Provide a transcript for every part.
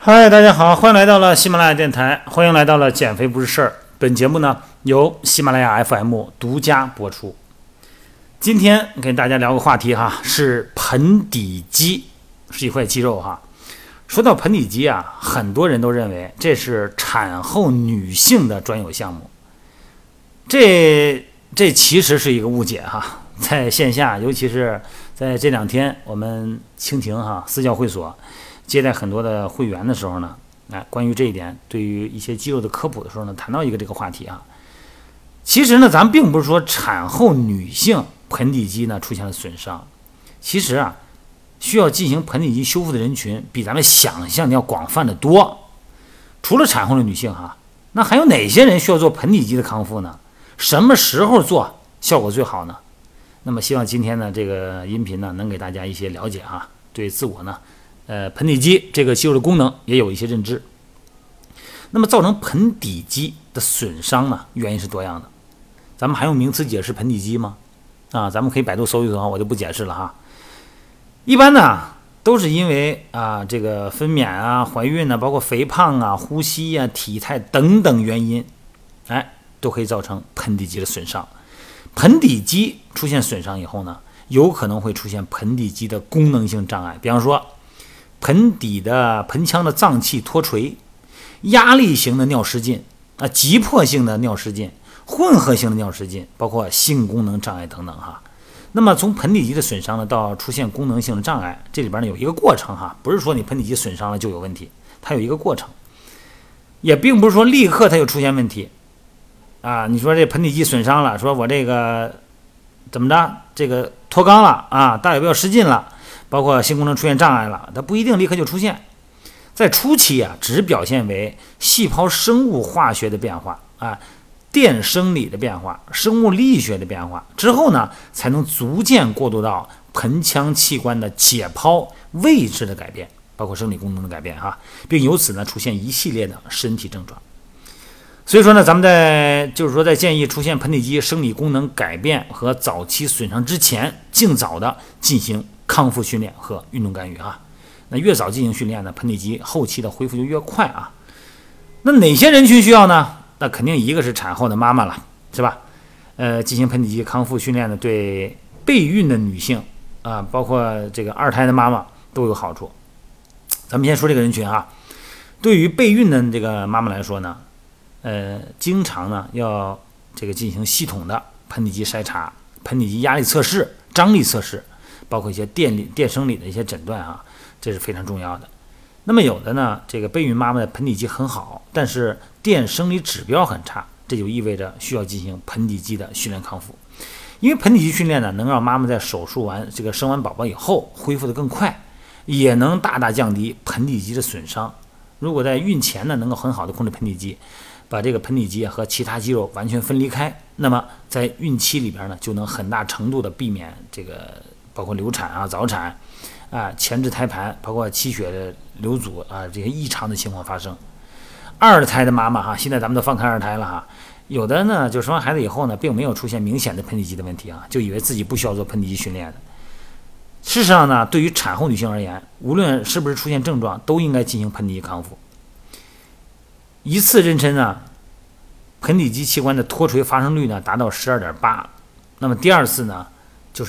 嗨，大家好，欢迎来到了喜马拉雅电台，欢迎来到了减肥不是事儿。本节目呢由喜马拉雅 FM 独家播出。今天跟大家聊个话题哈，是盆底肌，是一块肌肉哈。说到盆底肌啊，很多人都认为这是产后女性的专有项目，这其实是一个误解哈。在线下，尤其是在这2天，我们蜻蜓私教会所接待很多的会员的时候呢，关于这一点，对于一些肌肉的科普的时候呢，谈到这个话题啊。其实呢，咱们并不是说产后女性盆底肌呢出现了损伤，其实啊，需要进行盆底肌修复的人群比咱们想象的要广泛的多。除了产后的女性那还有哪些人需要做盆底肌的康复呢？什么时候做效果最好呢？那么希望今天呢这个音频呢能给大家一些了解对自我呢盆底肌这个肌肉的功能也有一些认知。那么造成盆底肌的损伤呢，原因是多样的。咱们还用名词解释盆底肌吗？咱们可以百度搜一搜我就不解释了一般呢都是因为这个分娩怀孕包括肥胖呼吸体态等等原因，都可以造成盆底肌的损伤。盆底肌出现损伤以后呢，有可能会出现盆底肌的功能性障碍，比方说盆腔的脏器脱垂、压力型的尿失禁急迫性的尿失禁、混合性的尿失禁，包括性功能障碍等等那么从盆底肌的损伤呢到出现功能性的障碍，这里边呢有一个过程不是说你盆底肌损伤了就有问题，它有一个过程，也并不是说立刻它就出现问题你说这盆底肌损伤了，说我这个怎么着，这个脱肛了大小便失禁了，包括性功能出现障碍了，它不一定立刻就出现。在初期只表现为细胞生物化学的变化电生理的变化、生物力学的变化之后呢，才能逐渐过渡到盆腔器官的解剖位置的改变，包括生理功能的改变并由此呢出现一系列的身体症状。所以说呢，咱们在建议出现盆底肌生理功能改变和早期损伤之前，尽早的进行康复训练和运动干预那越早进行训练呢，盆底肌后期的恢复就越快那哪些人群需要呢？那肯定一个是产后的妈妈了，是吧？进行盆底肌康复训练呢，对备孕的女性包括这个2胎的妈妈都有好处。咱们先说这个人群对于备孕的这个妈妈来说呢，经常呢要这个进行系统的盆底肌筛查、盆底肌压力测试、张力测试，包括一些电生理的一些诊断这是非常重要的。那么有的呢，这个备孕妈妈的盆底肌很好，但是电生理指标很差，这就意味着需要进行盆底肌的训练康复。因为盆底肌训练呢，能让妈妈在手术完生完宝宝以后恢复得更快，也能大大降低盆底肌的损伤。如果在孕前呢能够很好的控制盆底肌，把这个盆底肌和其他肌肉完全分离开，那么在孕期里边呢，就能很大程度的避免这个包括流产早产前置胎盘，包括气血的流阻这些异常的情况发生。2胎的妈妈现在咱们都放开2胎了有的呢就生完孩子以后呢，并没有出现明显的盆底肌的问题就以为自己不需要做盆底肌训练的。事实上呢，对于产后女性而言，无论是不是出现症状，都应该进行盆底肌康复。一次妊娠呢，盆底肌器官的脱垂发生率呢达到 12.8%， 那么第2次呢就是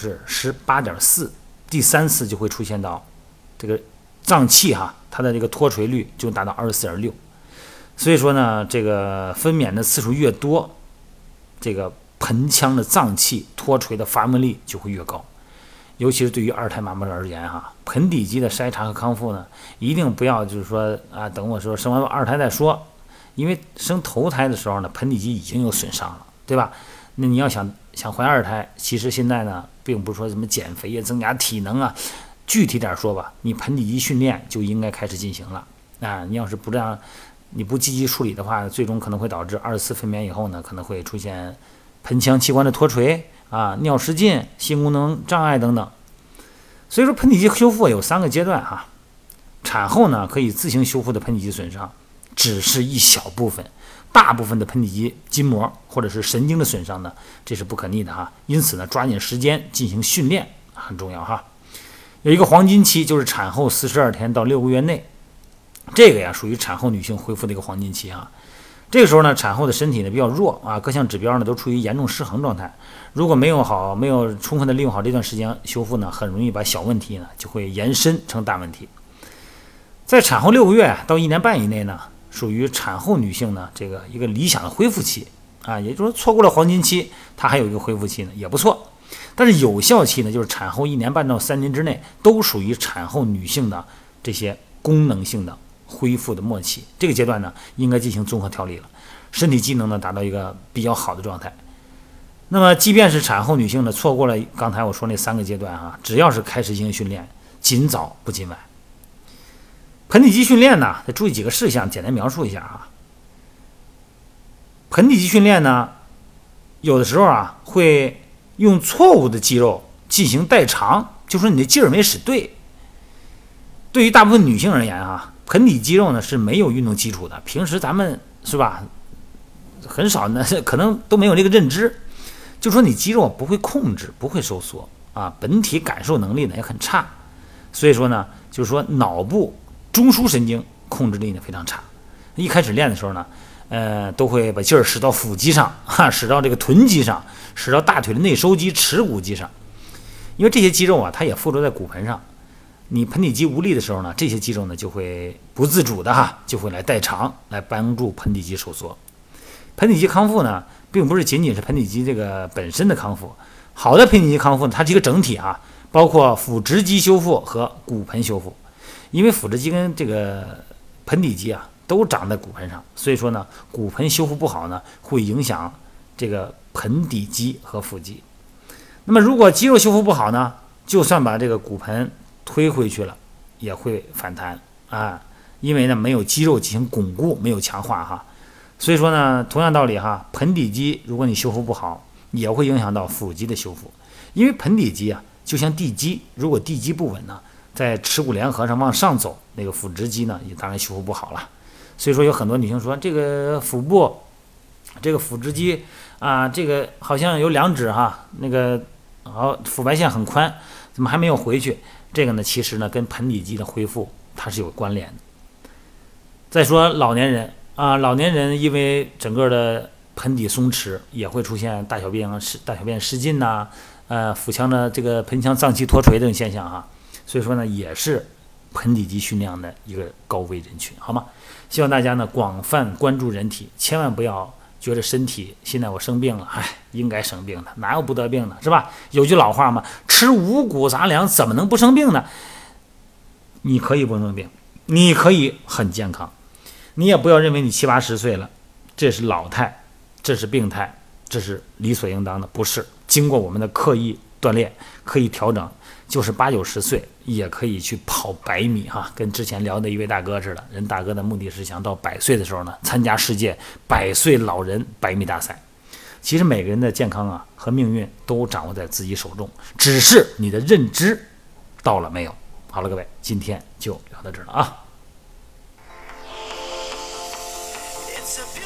18.4%， 第3次就会出现到这个脏器它的这个脱垂率就达到 24.6%。 所以说呢，这个分娩的次数越多，这个盆腔的脏器脱垂的发病率就会越高。尤其是对于2胎妈妈而言盆底肌的筛查和康复呢，一定不要就是说等我说生完2胎再说，因为生头胎的时候呢，盆底肌已经有损伤了，对吧？那你要想怀2胎，其实现在呢，并不是说什么减肥增加体能具体点说吧，你盆底肌训练就应该开始进行了你要是不这样，你不积极处理的话，最终可能会导致2次分娩以后呢，可能会出现盆腔器官的脱垂尿失禁、性功能障碍等等。所以说盆底肌修复有3个阶段产后呢可以自行修复的盆底肌损伤只是一小部分，大部分的盆底肌筋膜或者是神经的损伤呢，这是不可逆的因此呢，抓紧时间进行训练很重要有一个黄金期，就是产后42天到6个月内， 这个呀属于产后女性恢复的一个黄金期啊。这个时候呢，产后的身体呢比较弱啊，各项指标呢都处于严重失衡状态。如果没有充分的利用好这段时间修复呢，很容易把小问题呢就会延伸成大问题。在产后6个月到1年半以内呢，属于产后女性呢这个一个理想的恢复期啊，也就是说错过了黄金期，它还有一个恢复期呢也不错。但是有效期呢，就是产后1年半到3年之内，都属于产后女性的这些功能性的恢复的末期。这个阶段呢，应该进行综合调理了，身体机能呢达到一个比较好的状态。那么，即便是产后女性呢，错过了刚才我说那3个阶段啊，只要是开始进行训练，尽早不尽晚。盆底肌训练呢，得注意几个事项，简单描述一下啊。盆底肌训练呢，有的时候啊会用错误的肌肉进行代偿，就说你的劲儿没使对。对于大部分女性而言啊，盆底肌肉呢是没有运动基础的，平时咱们是吧，很少呢，可能都没有这个认知。就说你肌肉不会控制，不会收缩啊，本体感受能力呢也很差，所以说呢，就是说脑部中枢神经控制力呢非常差。一开始练的时候呢，都会把劲儿使到腹肌上，使到这个臀肌上，使到大腿的内收肌、耻骨肌上，因为这些肌肉啊，它也附着在骨盆上。你盆底肌无力的时候呢，这些肌肉呢就会不自主的就会来代偿，来帮助盆底肌收缩。盆底肌康复呢，并不是仅仅是盆底肌这个本身的康复，好的盆底肌康复呢，它是一个整体啊，包括腹直肌修复和骨盆修复。因为腹直肌跟这个盆底肌啊都长在骨盆上，所以说呢，骨盆修复不好呢，会影响这个盆底肌和腹肌。那么如果肌肉修复不好呢，就算把这个骨盆推回去了，也会反弹啊，因为呢没有肌肉进行巩固，没有强化哈。所以说呢，同样道理哈，盆底肌如果你修复不好，也会影响到腹肌的修复。因为盆底肌啊，就像地基，如果地基不稳呢，在耻骨联合上往上走，那个腹直肌呢，也当然修复不好了。所以说有很多女性说，这个腹部，这个腹直肌啊，这个好像有2指哈，那个腹白线很宽，怎么还没有回去？这个呢，其实呢，跟盆底肌的恢复它是有关联的。再说老年人啊，老年人因为整个的盆底松弛，也会出现大小便失禁呐，腹腔的这个盆腔脏器脱垂这种现象哈。所以说呢，也是盆底肌训练的一个高危人群，好吗？希望大家呢广泛关注人体，千万不要觉得身体现在我生病了，应该生病的，哪有不得病的，是吧？有句老话嘛，吃五谷杂粮怎么能不生病呢？你可以不生病，你可以很健康，你也不要认为你70、80岁了，这是老态，这是病态，这是理所应当的，不是。经过我们的刻意锻炼，可以调整，就是80、90岁也可以去跑100米哈，跟之前聊的一位大哥似的，人大哥的目的是想到100岁的时候呢，参加世界100岁老人100米大赛。其实每个人的健康啊和命运都掌握在自己手中，只是你的认知到了没有。好了，各位，今天就聊到这儿了啊。It's a